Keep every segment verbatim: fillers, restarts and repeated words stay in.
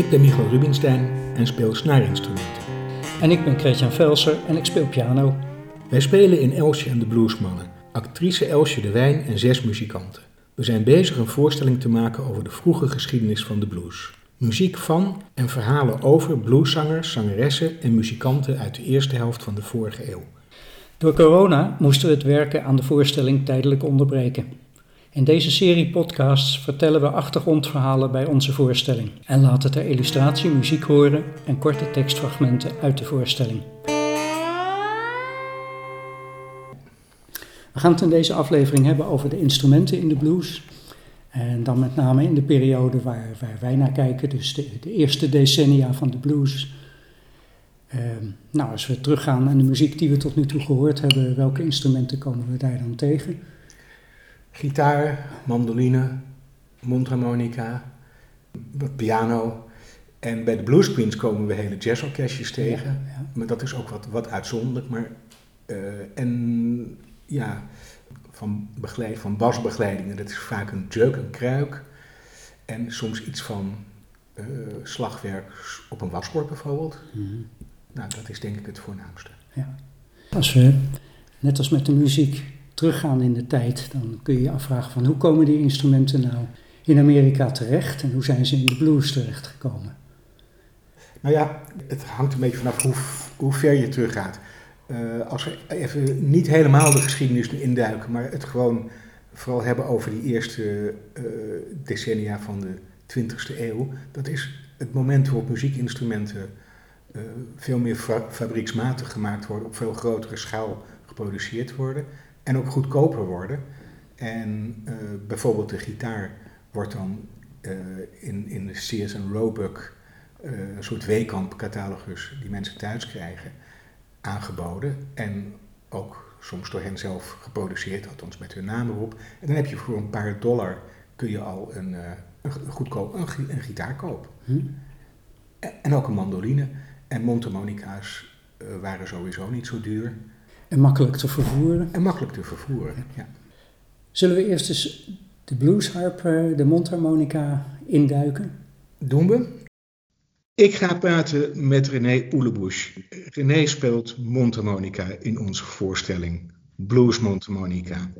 Ik ben Michael Rubinstein en speel snaarinstrumenten. En ik ben Christian Velser en ik speel piano. Wij spelen in Elsje en de Bluesmannen, actrice Elsje de Wijn en zes muzikanten. We zijn bezig een voorstelling te maken over de vroege geschiedenis van de blues. Muziek van en verhalen over blueszangers, zangeressen en muzikanten uit de eerste helft van de vorige eeuw. Door corona moesten we het werken aan de voorstelling tijdelijk onderbreken. In deze serie podcasts vertellen we achtergrondverhalen bij onze voorstelling en laten ter illustratie muziek horen en korte tekstfragmenten uit de voorstelling. We gaan het in deze aflevering hebben over de instrumenten in de blues. En dan met name in de periode waar, waar wij naar kijken, dus de, de eerste decennia van de blues. Uh, nou, als we teruggaan naar de muziek die we tot nu toe gehoord hebben, welke instrumenten komen we daar dan tegen? Gitaar, mandoline, mondharmonica, piano. En bij de Blues Queens komen we hele jazzorkestjes tegen. Ja, ja. Maar dat is ook wat, wat uitzonderlijk. Maar, uh, en ja, van, begeleid, van basbegeleidingen, dat is vaak een jug, een kruik. En soms iets van uh, slagwerk op een wasbord bijvoorbeeld. Mm-hmm. Nou, dat is denk ik het voornaamste. Ja. Als we, net als met de muziek, teruggaan in de tijd, dan kun je je afvragen van hoe komen die instrumenten nou in Amerika terecht en hoe zijn ze in de blues terechtgekomen? Nou ja, het hangt een beetje vanaf hoe, hoe ver je teruggaat. Uh, als we even niet helemaal de geschiedenis induiken, maar het gewoon vooral hebben over die eerste uh, decennia van de twintigste eeuw, dat is het moment waarop muziekinstrumenten uh, veel meer fa- fabrieksmatig gemaakt worden, op veel grotere schaal geproduceerd worden. En ook goedkoper worden. En uh, bijvoorbeeld de gitaar wordt dan uh, in, in de Sears en Roebuck, uh, een soort Weekamp-catalogus die mensen thuis krijgen, aangeboden. En ook soms door hen zelf geproduceerd, althans met hun naam erop. En dan heb je voor een paar dollar kun je al een, uh, een, goedkoop, een, een gitaar kopen. Hm? En, en ook een mandoline. En mondharmonica's uh, waren sowieso niet zo duur. En makkelijk te vervoeren. En makkelijk te vervoeren, ja. Zullen we eerst eens de bluesharp, de mondharmonica induiken? Doen we. Ik ga praten met René Oelebusch. René speelt mondharmonica in onze voorstelling, Blues Mondharmonica.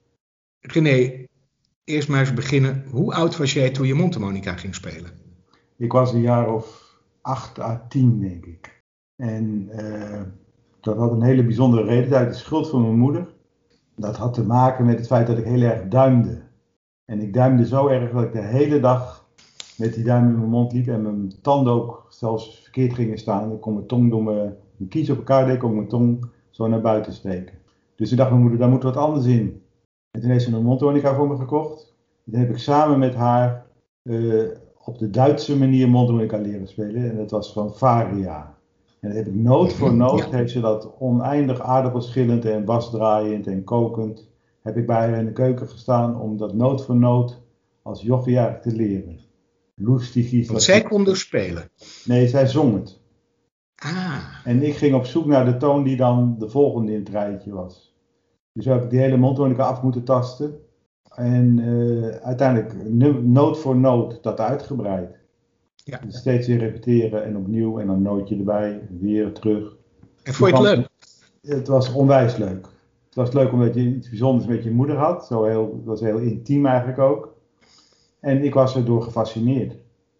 René, eerst maar eens beginnen. Hoe oud was jij toen je mondharmonica ging spelen? Ik was een jaar of acht à tien, denk ik. En uh, dat had een hele bijzondere reden. Dat is de schuld van mijn moeder. Dat had te maken met het feit dat ik heel erg duimde. En ik duimde zo erg dat ik de hele dag met die duim in mijn mond liep en mijn tanden ook zelfs verkeerd gingen staan. Ik kon mijn tong door mijn, mijn kies op elkaar deed, kon ik mijn tong zo naar buiten steken. Dus toen dacht mijn moeder, daar moet wat anders in. En toen heeft ze een mondharmonica voor me gekocht. En toen heb ik samen met haar uh, op de Duitse manier mondharmonica leren spelen. En dat was van Varia. En dan heb ik noot voor noot, ja. heeft ze dat oneindig aardappelschillend en basdraaiend en kokend, heb ik bij haar in de keuken gestaan om dat noot voor noot als jochie eigenlijk te leren. Loestigies. Want zij kon dus spelen? Nee, zij zong het. Ah. En ik ging op zoek naar de toon die dan de volgende in het rijtje was. Dus zo heb ik die hele mondharmonica af moeten tasten. En uh, uiteindelijk noot voor noot dat uitgebreid. Ja. Dus steeds weer repeteren en opnieuw en dan nootje erbij, weer terug. En vond je het leuk? Het was onwijs leuk. Het was leuk omdat je iets bijzonders met je moeder had. Zo heel, het was heel intiem eigenlijk ook. En ik was erdoor gefascineerd.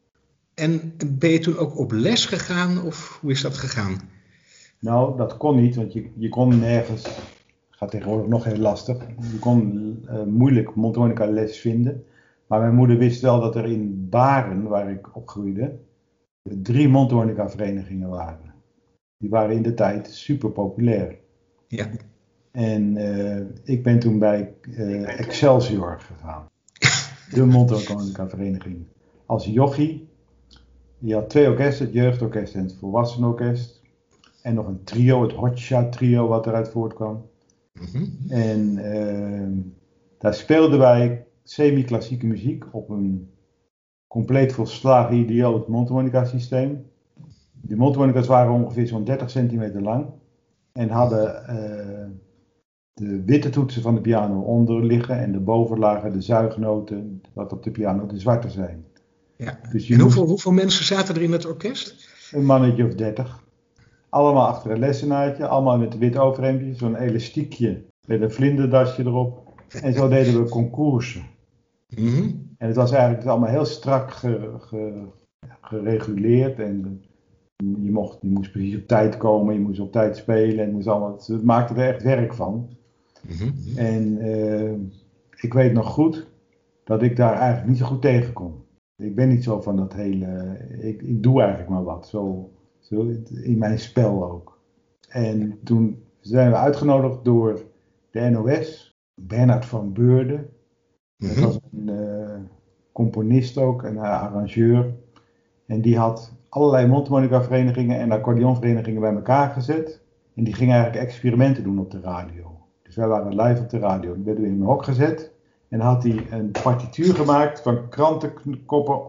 En ben je toen ook op les gegaan of hoe is dat gegaan? Nou, dat kon niet, want je, je kon nergens, gaat tegenwoordig nog heel lastig, je kon uh, moeilijk mondharmonica les vinden. Maar mijn moeder wist wel dat er in Baren, waar ik opgroeide, drie mondharmonica verenigingen waren. Die waren in de tijd super populair. Ja. En uh, ik ben toen bij uh, Excelsior gegaan. De mondharmonica vereniging. Als jochie. Je had twee orkesten, het jeugdorkest en het volwassenenorkest. En nog een trio, het Hotshot trio wat eruit voortkwam. Mm-hmm. En uh, daar speelden wij semi-klassieke muziek op een compleet volslagen idioot mondharmonica systeem. De mondharmonica's waren ongeveer zo'n dertig centimeter lang. En hadden uh, de witte toetsen van de piano onder liggen en de boven lagen de zuignoten, wat op de piano de zwarte zijn. Ja. Dus je En moest- hoeveel, hoeveel mensen zaten er in het orkest? Een mannetje of dertig. Allemaal achter een lessenaartje, allemaal met een wit overhemdje, zo'n elastiekje met een vlinderdasje erop. En zo deden we concoursen. Mhm. En het was eigenlijk allemaal heel strak ge- ge- gereguleerd. En je, mocht, je moest precies op tijd komen, je moest op tijd spelen. En het, moest allemaal, het maakte er echt werk van. Mhm. En eh, ik weet nog goed dat ik daar eigenlijk niet zo goed tegen kon. Ik ben niet zo van dat hele, ik, ik doe eigenlijk maar wat, zo, zo in mijn spel ook. En toen zijn we uitgenodigd door de N O S, Bernard van Beurden. Dat Mhm. was een eh, componist ook, een uh, arrangeur. En die had allerlei mondharmonica verenigingen en accordeonverenigingen bij elkaar gezet. En die gingen eigenlijk experimenten doen op de radio. Dus wij waren live op de radio. Die werden we in een hok gezet. En dan had hij een partituur gemaakt van krantenkoppen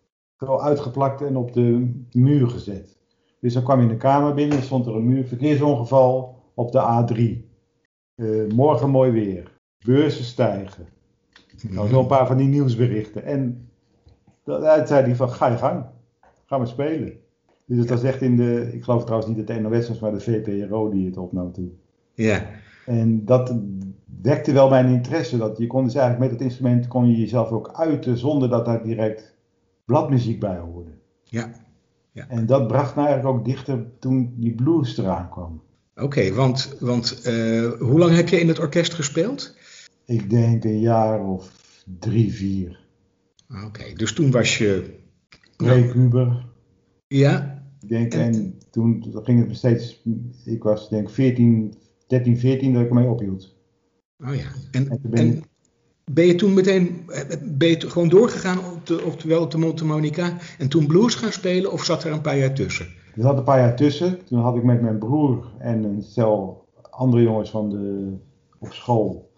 zo uitgeplakt en op de muur gezet. Dus dan kwam je in de kamer binnen en stond er een muur. Verkeersongeval op de A drie. Uh, morgen mooi weer. Beurzen stijgen. Nou, zo'n paar van die nieuwsberichten. En daaruit zei hij van, ga je gang. Ga maar spelen. Dus het was echt in de, ik geloof trouwens niet dat de N O S was, maar de V P R O die het opnam toen. Ja. En dat wekte wel mijn interesse. Dat je kon dus eigenlijk met het instrument kon je jezelf ook uiten zonder dat daar direct bladmuziek bij hoorde. Ja. Ja. En dat bracht me eigenlijk ook dichter toen die blues eraan kwam. Oké, okay, want, want uh, hoe lang heb je in het orkest gespeeld? Ik denk een jaar of drie, vier. Oké, okay, dus toen was je... Precuber. Ja. Ik denk, en, en toen ging het steeds, ik was denk veertien, dertien, veertien dat ik ermee ophield. Oh ja, en, en, ben, en ben je toen meteen, ben je gewoon doorgegaan op de, oftewel op de mondharmonica en toen blues gaan spelen of zat er een paar jaar tussen? Er zat een paar jaar tussen, toen had ik met mijn broer en een stel andere jongens van de, op school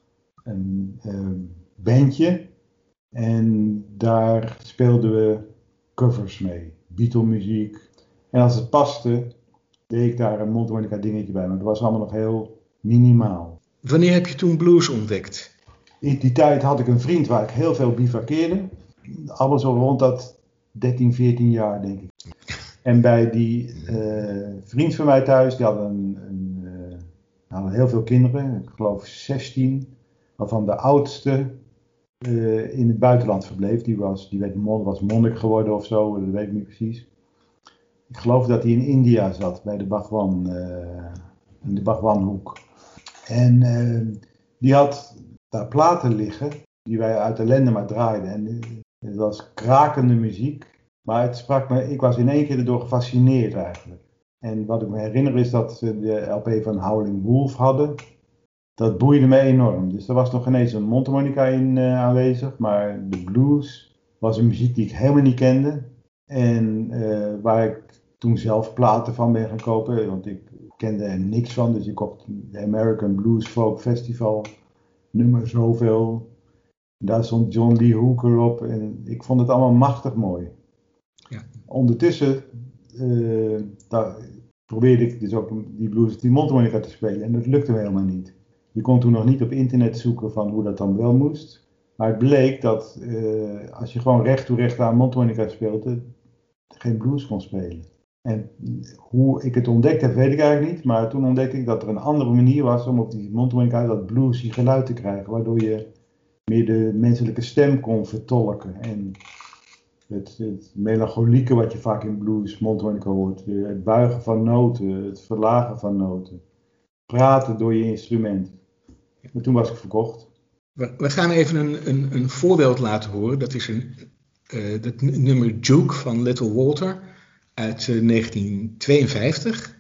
een uh, bandje. En daar speelden we covers mee, Beatle-muziek. En als het paste, deed ik daar een mondharmonica dingetje bij, maar dat was allemaal nog heel minimaal. Wanneer heb je toen blues ontdekt? In die tijd had ik een vriend waar ik heel veel bivakkeerde. Allemaal zo rond dat dertien, veertien jaar, denk ik. En bij die uh, vriend van mij thuis, die hadden, een, een, uh, hadden heel veel kinderen, ik geloof zestien, waarvan de oudste uh, in het buitenland verbleef. Die was, die werd, was monnik geworden of zo, dat weet ik niet precies. Ik geloof dat hij in India zat, bij de Bhagwan, uh, in de Bhagwanhoek. En uh, die had daar platen liggen, die wij uit ellende maar draaiden. En uh, het was krakende muziek. Maar het sprak me, ik was in één keer erdoor gefascineerd eigenlijk. En wat ik me herinner is dat ze de L P van Howling Wolf hadden. Dat boeide me enorm. Dus er was nog ineens een mondharmonica in uh, aanwezig. Maar de blues was een muziek die ik helemaal niet kende. En uh, waar ik toen zelf platen van ben gaan kopen. Want ik kende er niks van. Dus ik kocht de American Blues Folk Festival. Nummer zoveel. Daar stond John Lee Hooker op. En ik vond het allemaal machtig mooi. Ja. Ondertussen uh, daar probeerde ik dus ook die blues, die mondharmonica te spelen en dat lukte me helemaal niet. Je kon toen nog niet op internet zoeken van hoe dat dan wel moest. Maar het bleek dat uh, als je gewoon recht toe recht aan mondharmonica speelde, geen blues kon spelen. En hoe ik het ontdekt heb, weet ik eigenlijk niet. Maar toen ontdekte ik dat er een andere manier was om op die mondharmonica dat bluesy geluid te krijgen. Waardoor je meer de menselijke stem kon vertolken. En Het, het melancholieke wat je vaak in blues, mondharmonica hoort. Het buigen van noten, het verlagen van noten. Praten door je instrument. En toen was ik verkocht. We, we gaan even een, een, een voorbeeld laten horen. Dat is een, uh, het nummer Duke van Little Walter uit uh, negentien tweeënvijftig.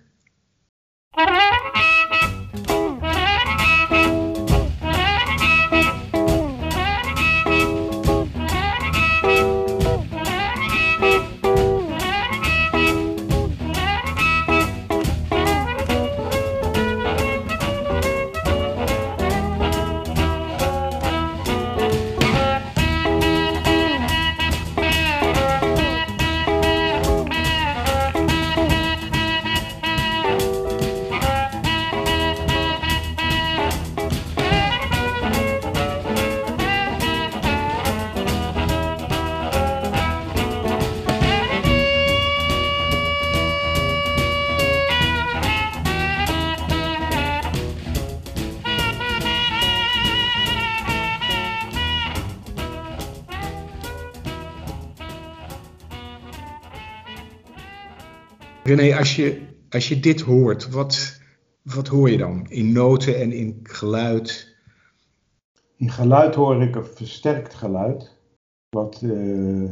René, als je, als je dit hoort, wat, wat hoor je dan? In noten en in geluid? In geluid hoor ik een versterkt geluid. Wat uh,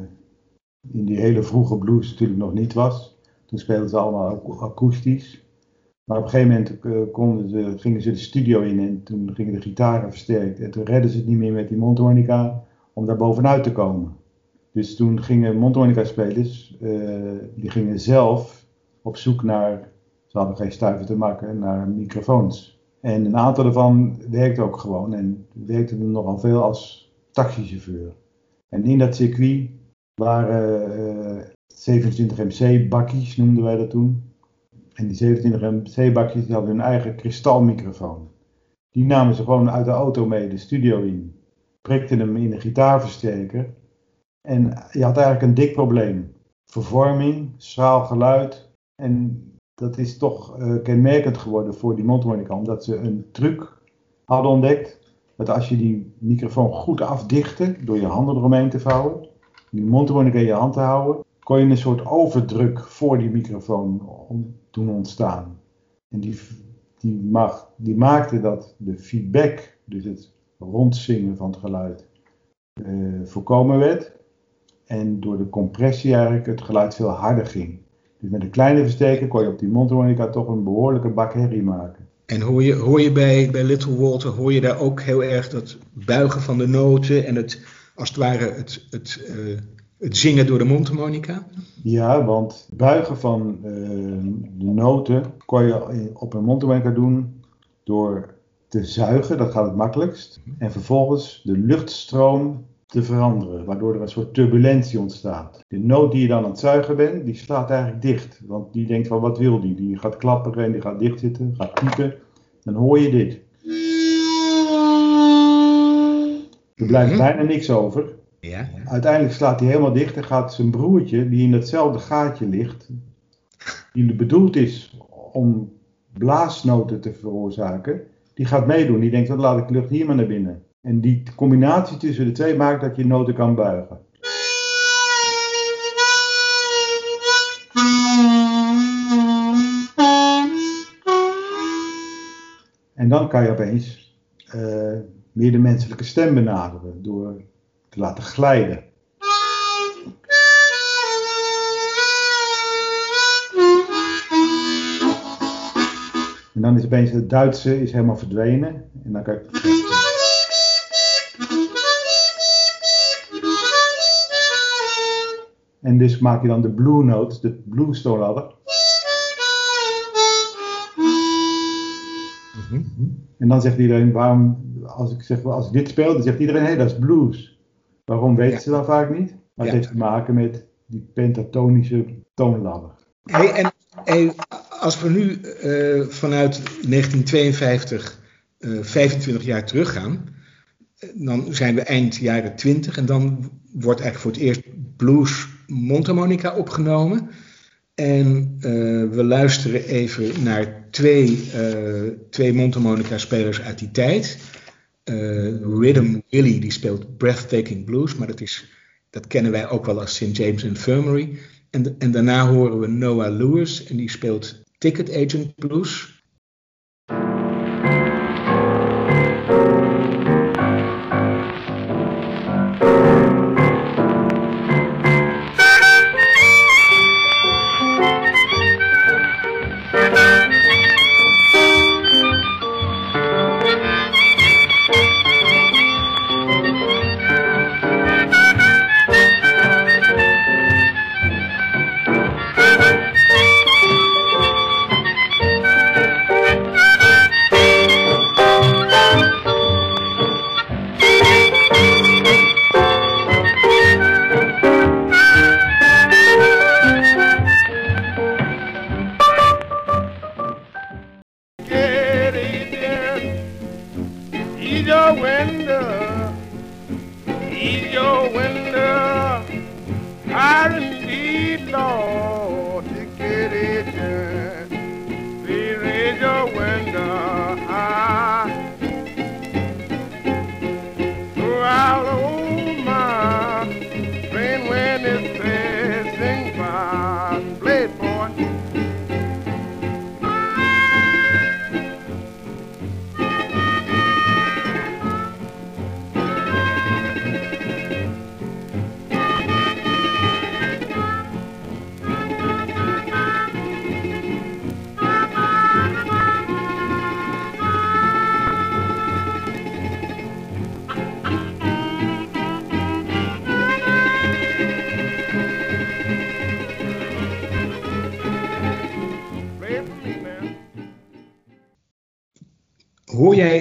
in die hele vroege blues natuurlijk nog niet was. Toen speelden ze allemaal akoestisch. Maar op een gegeven moment uh, konden ze, gingen ze de studio in en toen gingen de gitaren versterkt. En toen redden ze het niet meer met die mondharmonica om daar bovenuit te komen. Dus toen gingen mondharmonica-spelers, uh, die gingen zelf op zoek naar, ze hadden geen stuiver te maken, naar microfoons. En een aantal daarvan werkte ook gewoon en werkte er nogal veel als taxichauffeur. En in dat circuit waren uh, zevenentwintig M C bakkies, noemden wij dat toen. En die zevenentwintig M C bakjes die hadden hun eigen kristalmicrofoon. Die namen ze gewoon uit de auto mee de studio in. Prikten hem in de gitaarversterker. En je had eigenlijk een dik probleem. Vervorming, schraal geluid. En dat is toch uh, kenmerkend geworden voor die mondharmonica. Omdat ze een truc hadden ontdekt. Dat als je die microfoon goed afdichtte, door je handen eromheen te vouwen. Die mondharmonica in je hand te houden. Kon je een soort overdruk voor die microfoon doen ontstaan. En die, die, mag, die maakte dat de feedback, dus het rondzingen van het geluid, uh, voorkomen werd. En door de compressie eigenlijk het geluid veel harder ging. Dus met een kleine versterker kon je op die mondharmonica toch een behoorlijke bak herrie maken. En hoor je, hoor je bij, bij Little Walter, hoor je daar ook heel erg dat buigen van de noten en het, als het ware, het, het, uh, het zingen door de mondharmonica? Ja, want buigen van uh, de noten kon je op een mondharmonica doen door te zuigen, dat gaat het makkelijkst. En vervolgens de luchtstroom te veranderen, waardoor er een soort turbulentie ontstaat. De noot die je dan aan het zuigen bent, die slaat eigenlijk dicht. Want die denkt van, wat wil die? Die gaat klapperen en die gaat dichtzitten, gaat piepen. Dan hoor je dit. Er blijft mm-hmm. bijna niks over. Ja, ja. Uiteindelijk slaat hij helemaal dicht en gaat zijn broertje, die in datzelfde gaatje ligt, die bedoeld is om blaasnoten te veroorzaken, die gaat meedoen. Die denkt, dan laat ik de lucht hier maar naar binnen. En die combinatie tussen de twee maakt dat je noten kan buigen. En dan kan je opeens uh, meer de menselijke stem benaderen door te laten glijden. En dan is opeens het Duitse is helemaal verdwenen. En dan kan je... En dus maak je dan de blue note, de blues toonladder. Mm-hmm. En dan zegt iedereen, waarom, als ik, zeg, als ik dit speel, dan zegt iedereen, hé, hey, dat is blues. Waarom weten ja. ze dat vaak niet? Maar het ja. heeft te maken met die pentatonische toonladder. Hey, en hey, als we nu uh, vanuit negentien tweeënvijftig uh, vijfentwintig jaar teruggaan, dan zijn we eind jaren twintig en dan wordt eigenlijk voor het eerst blues mondharmonica opgenomen. En uh, we luisteren even naar twee, uh, twee mondharmonica spelers uit die tijd. Uh, Rhythm Willie die speelt Breathtaking Blues, maar dat, is, dat kennen wij ook wel als Saint James Infirmary. En, en daarna horen we Noah Lewis en die speelt Ticket Agent Blues.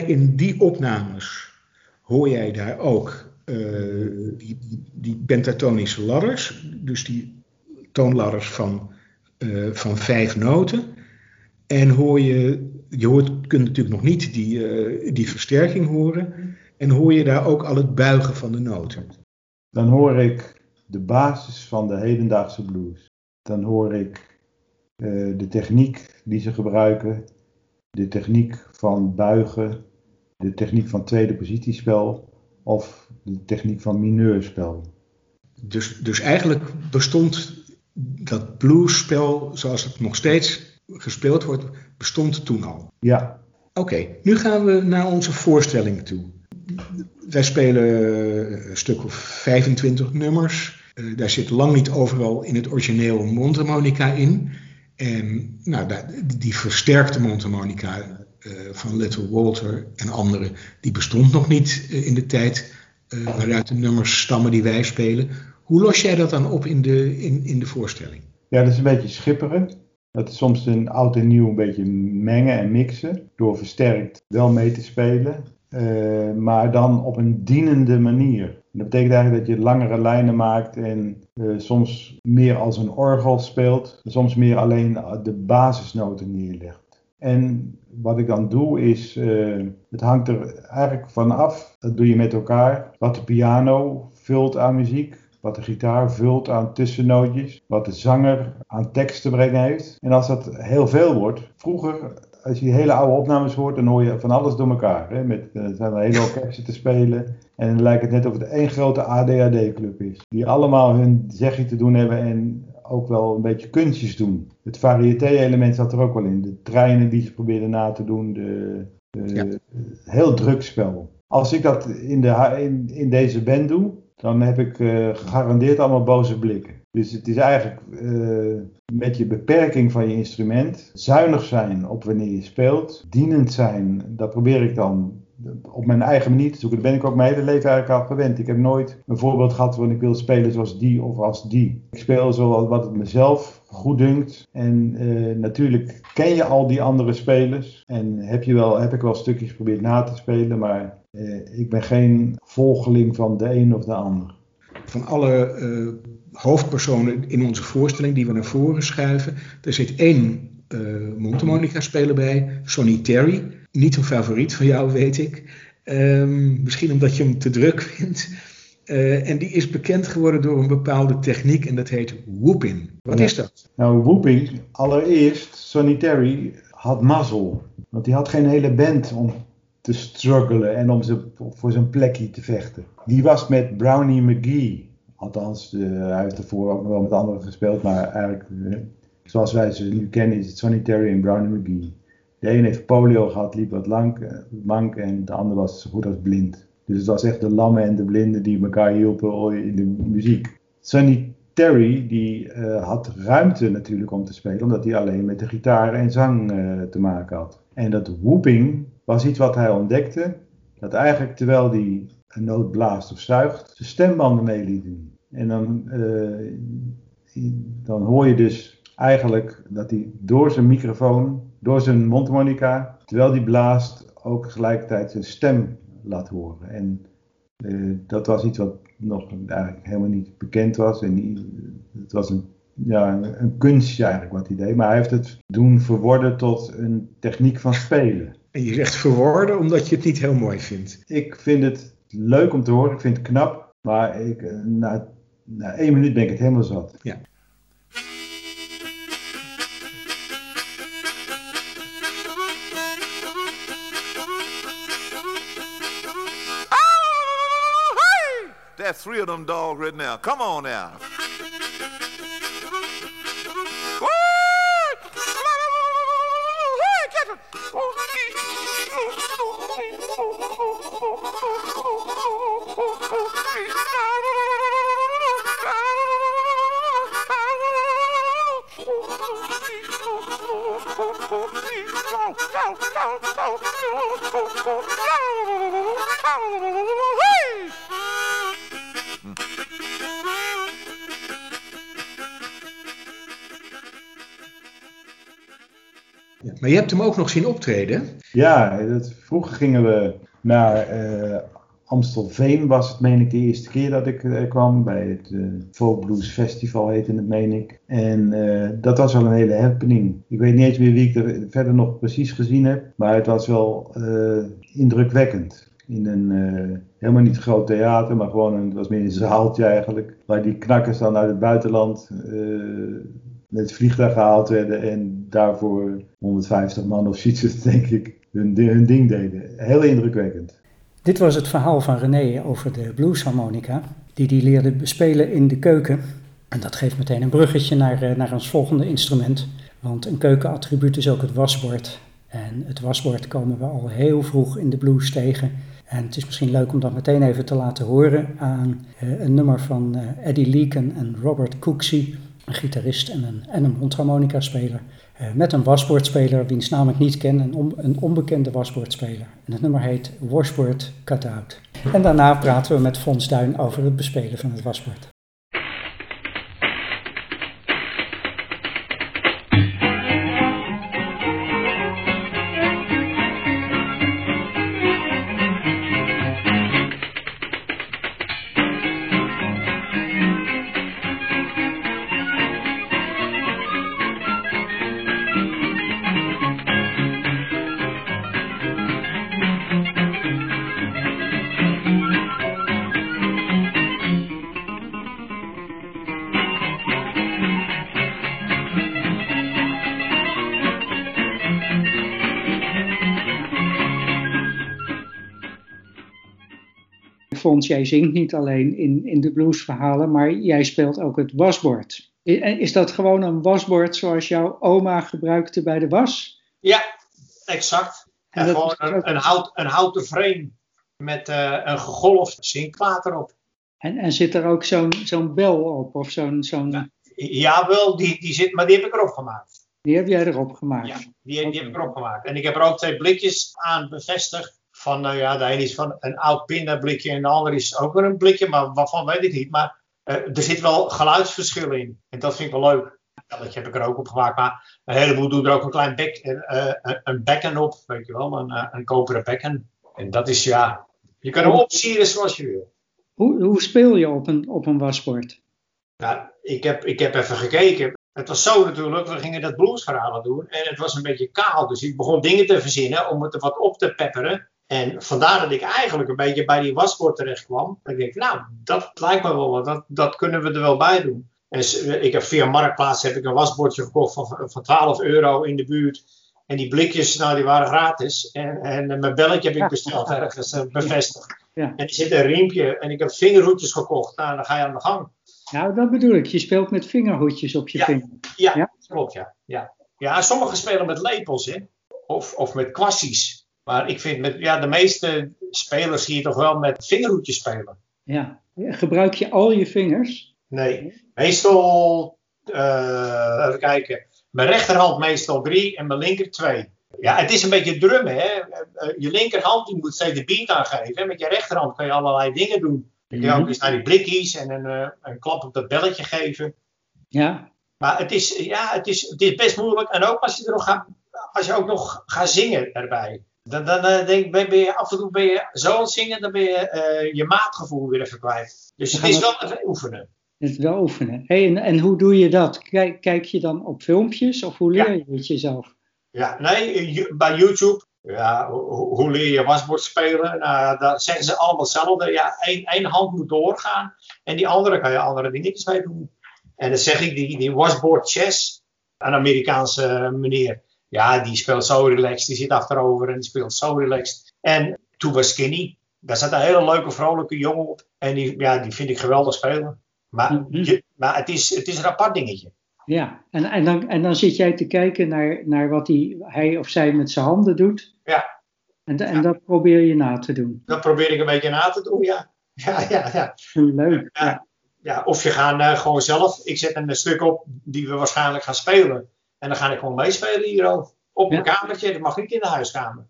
in die opnames, hoor jij daar ook uh, die, die, die pentatonische ladders, dus die toonladders van, uh, van vijf noten. En hoor je, je hoort, kunt natuurlijk nog niet die, uh, die versterking horen. En hoor je daar ook al het buigen van de noten. Dan hoor ik de basis van de hedendaagse blues. Dan hoor ik uh, de techniek die ze gebruiken. De techniek van buigen. De techniek van tweede positiespel. Of de techniek van mineurspel. Dus, dus eigenlijk bestond dat bluesspel zoals het nog steeds gespeeld wordt, bestond toen al. Ja. Oké, okay, nu gaan we naar onze voorstelling toe. Wij spelen een stuk of vijfentwintig nummers. Uh, daar zit lang niet overal in het origineel mondharmonica in. En nou, die versterkte mondharmonica uh, van Little Walter en anderen, die bestond nog niet uh, in de tijd uh, waaruit de nummers stammen die wij spelen. Hoe los jij dat dan op in de, in, in de voorstelling? Ja, dat is een beetje schipperen. Dat is soms een oud en nieuw een beetje mengen en mixen. Door versterkt wel mee te spelen. Uh, maar dan op een dienende manier. En dat betekent eigenlijk dat je langere lijnen maakt en uh, soms meer als een orgel speelt. Soms meer alleen de basisnoten neerlegt. En wat ik dan doe is, uh, het hangt er eigenlijk van af, dat doe je met elkaar, wat de piano vult aan muziek. Wat de gitaar vult aan tussennootjes. Wat de zanger aan tekst te brengen heeft. En als dat heel veel wordt. Vroeger, als je die hele oude opnames hoort, dan hoor je van alles door elkaar. Hè? Met, er zijn er hele orkesten te spelen. En dan lijkt het net of het één grote A D H D-club is. Die allemaal hun zegje te doen hebben en ook wel een beetje kunstjes doen. Het variété-element zat er ook wel in. De treinen die ze probeerden na te doen. De, de, ja. Heel druk spel. Als ik dat in, de, in, in deze band doe, dan heb ik uh, gegarandeerd allemaal boze blikken. Dus het is eigenlijk uh, met je beperking van je instrument, zuinig zijn op wanneer je speelt, dienend zijn, dat probeer ik dan op mijn eigen manier te zoeken. Daar ben ik ook mijn hele leven eigenlijk al gewend. Ik heb nooit een voorbeeld gehad waarin ik wil spelen zoals die of als die. Ik speel zoals wat het mezelf goed dunkt. En uh, natuurlijk ken je al die andere spelers. En heb, je wel, heb ik wel stukjes geprobeerd na te spelen, maar uh, ik ben geen volgeling van de een of de ander. Van alle uh, hoofdpersonen in onze voorstelling die we naar voren schuiven, er zit één uh, mondharmonica-speler bij, Sonny Terry. Niet een favoriet van jou, weet ik. Um, misschien omdat je hem te druk vindt. Uh, en die is bekend geworden door een bepaalde techniek en dat heet whooping. Wat ja. is dat? Nou, whooping, allereerst, Sonny Terry had mazzel. Want hij had geen hele band om te struggelen en om ze, voor zijn plekje te vechten. Die was met Brownie McGhee. Althans, uh, hij heeft ervoor ook wel met anderen gespeeld, maar eigenlijk, uh, zoals wij ze nu kennen, is het Sonny Terry en Brownie McGhee. De een heeft polio gehad, liep wat lang, mank en de ander was zo goed als blind. Dus het was echt de lammen en de blinden die elkaar hielpen in de muziek. Sonny Terry die uh, had ruimte natuurlijk om te spelen, omdat hij alleen met de gitaar en zang uh, te maken had. En dat whooping was iets wat hij ontdekte, dat eigenlijk terwijl hij een noot blaast of zuigt, zijn stembanden mee liet doen. En dan, uh, dan hoor je dus eigenlijk dat hij door zijn microfoon, door zijn mondharmonica, terwijl hij blaast, ook tegelijkertijd zijn stem laat horen. En uh, dat was iets wat nog eigenlijk helemaal niet bekend was. En die, het was een, ja, een, een kunstje eigenlijk wat hij deed. Maar hij heeft het doen verworden tot een techniek van spelen. En je zegt verworden omdat je het niet heel mooi vindt. Ik vind het leuk om te horen, ik vind het knap. Maar ik, na, na één minuut ben ik het helemaal zat. Ja. That's three of them dogs right now. Come on now. Ja. Maar je hebt hem ook nog zien optreden? Ja, dat, vroeger gingen we naar uh, Amstelveen, was het meen ik de eerste keer dat ik uh, kwam. Bij het uh, Folk Blues Festival heette het meen ik. En uh, dat was wel een hele happening. Ik weet niet eens meer wie ik er verder nog precies gezien heb. Maar het was wel uh, indrukwekkend. In een uh, helemaal niet groot theater, maar gewoon een, het was meer een zaaltje eigenlijk. Waar die knakkers dan uit het buitenland uh, met het vliegtuig gehaald werden. En daarvoor honderdvijftig man of zoiets, denk ik, hun, hun ding deden. Heel indrukwekkend. Dit was het verhaal van René over de bluesharmonica, die hij leerde bespelen in de keuken. En dat geeft meteen een bruggetje naar, naar ons volgende instrument. Want een keukenattribuut is ook het wasbord. En het wasbord komen we al heel vroeg in de blues tegen. En het is misschien leuk om dat meteen even te laten horen aan uh, een nummer van uh, Eddie Leeken en Robert Cooksey, een gitarist en een, en een mondharmonica-speler. Uh, met een wasbordspeler, wiens naam ik niet ken, een, on, een onbekende wasbordspeler. En het nummer heet Washboard Cutout. En daarna praten we met Fons Duin over het bespelen van het wasbord. Fons, jij zingt niet alleen in, in de bluesverhalen, maar jij speelt ook het wasbord. Is dat gewoon een wasbord zoals jouw oma gebruikte bij de was? Ja, exact. En, en gewoon een, een, hout, een houten frame met uh, een gegolfd zinkplaat erop. En, en zit er ook zo'n, zo'n bel op? Of zo'n, zo'n... Ja, jawel, die, die zit, maar die heb ik erop gemaakt. Die heb jij erop gemaakt? Ja, die, die okay. heb ik erop gemaakt. En ik heb er ook twee blikjes aan bevestigd. Van, nou ja, de een is van een oud pindablikje en de ander is ook weer een blikje, maar waarvan weet ik niet. Maar uh, er zit wel geluidsverschil in. En dat vind ik wel leuk. Ja, dat heb ik er ook op gemaakt. Maar een heleboel doen er ook een klein bek, uh, een bekken op, weet je wel, een, uh, een koperen bekken. En dat is, ja, je kan hem opsieren zoals je wil. Hoe, hoe speel je op een, op een wasbord? Nou, ik heb, ik heb even gekeken. Het was zo natuurlijk, we gingen dat bluesverhaal doen en het was een beetje kaal. Dus ik begon dingen te verzinnen om het er wat op te pepperen. En vandaar dat ik eigenlijk een beetje bij die wasbord terecht kwam. En ik denk, nou, dat lijkt me wel wat. Dat, dat kunnen we er wel bij doen. En ik heb via Marktplaats heb ik een wasbordje gekocht van, van twaalf euro in de buurt. En die blikjes, nou, die waren gratis. En, en mijn belletje heb ik besteld ergens, uh, bevestigd. Ja. En er zit een riempje. En ik heb vingerhoedjes gekocht. Nou, dan ga je aan de gang. Nou, dat bedoel ik. Je speelt met vingerhoedjes op je ja. vinger. Ja, ja, klopt, ja. Ja, ja sommigen spelen met lepels, hè. Of, of met kwassies. Maar ik vind, met, ja, de meeste spelers zie je toch wel met vingerhoedjes spelen. Ja, gebruik je al je vingers? Nee, meestal, uh, even kijken, mijn rechterhand meestal drie en mijn linker twee. Ja, het is een beetje drummen, hè. Uh, je linkerhand die moet steeds de beat aangeven. Met je rechterhand kan je allerlei dingen doen. Je kan ook eens naar die blikjes en een, uh, een klap op dat belletje geven. Ja. Maar het is, ja, het is, het is best moeilijk. En ook als je, er nog gaat, als je ook nog gaat zingen erbij. Dan, dan uh, denk, ben je af en toe ben je zo aan het zingen, dan ben je uh, je maatgevoel weer even kwijt. Dus het is wel even oefenen. Het is wel oefenen. Hey, en, en hoe doe je dat? Kijk, kijk je dan op filmpjes of hoe leer ja. je het jezelf? Ja, nee, bij YouTube. Ja, hoe, hoe leer je wasbord spelen? Nou, dat zeggen ze allemaal hetzelfde. Ja, één, één hand moet doorgaan en die andere kan je andere dingetjes mee doen. En dan zeg ik, die, die wasboard chess, een Amerikaanse meneer. Ja, die speelt zo relaxed. Die zit achterover en die speelt zo relaxed. En Tuba Skinny. Daar zat een hele leuke, vrolijke jongen op. En die, ja, die vind ik geweldig spelen. Maar, mm-hmm. je, maar het, is, het is een apart dingetje. Ja, en, en, dan, en dan zit jij te kijken naar, naar wat die, hij of zij met zijn handen doet. Ja. En, en ja. dat probeer je na te doen. Dat probeer ik een beetje na te doen, ja. Ja, ja, ja. Leuk. Ja, ja. Ja, of je gaat uh, gewoon zelf. Ik zet een stuk op die we waarschijnlijk gaan spelen. En dan ga ik gewoon meespelen hier ook. Op mijn ja. kamertje, dat mag niet in de huiskamer.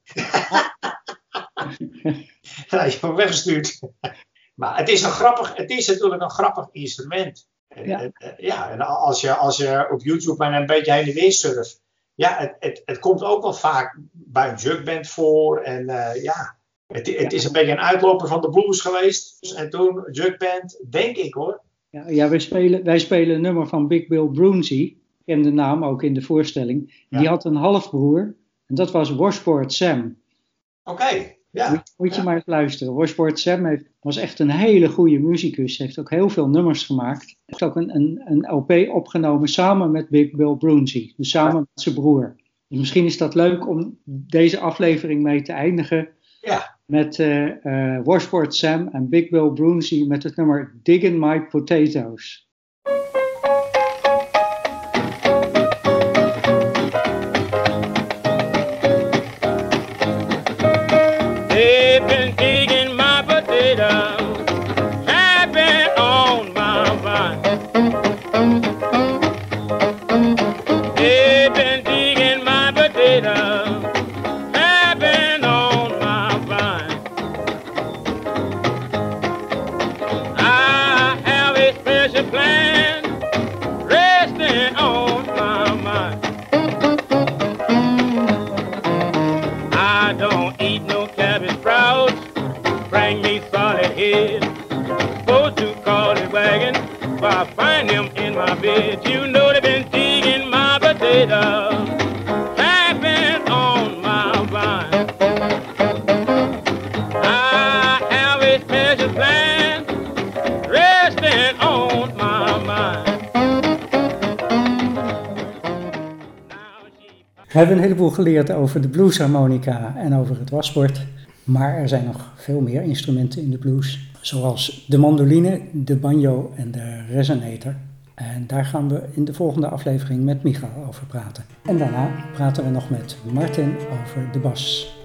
Ja, je wordt weggestuurd. Maar het is, een grappig, het is natuurlijk een grappig instrument. Ja, en, ja, en als je, als je op YouTube maar een beetje heen en weer surft. ja, het, het, het komt ook wel vaak bij een jugband voor. En uh, ja, het, het is een beetje een uitloper van de blues geweest. En toen jugband, denk ik hoor. Ja, ja wij, spelen, wij spelen een nummer van Big Bill Broonzy. Ik ken de naam ook in de voorstelling. Ja. Die had een halfbroer. En dat was Washboard Sam. Oké, okay, ja. Moet, moet je ja. maar eens luisteren. Washboard Sam heeft, was echt een hele goede muzikus. Heeft ook heel veel nummers gemaakt. Heeft ook een, een, een L P opgenomen samen met Big Bill Broonzy. Dus samen ja. met zijn broer. Dus misschien is dat leuk om deze aflevering mee te eindigen. Ja. Met uh, uh, Washboard Sam en Big Bill Broonzy met het nummer Diggin' My Potatoes. You know they've been digging my potatoes, tapping on my vine. I have a special plan, resting on my mind. We hebben een heleboel geleerd over de bluesharmonica en over het wasbord. Maar er zijn nog veel meer instrumenten in de blues. Zoals de mandoline, de banjo en de resonator. En daar gaan we in de volgende aflevering met Michael over praten. En daarna praten we nog met Martin over de bas.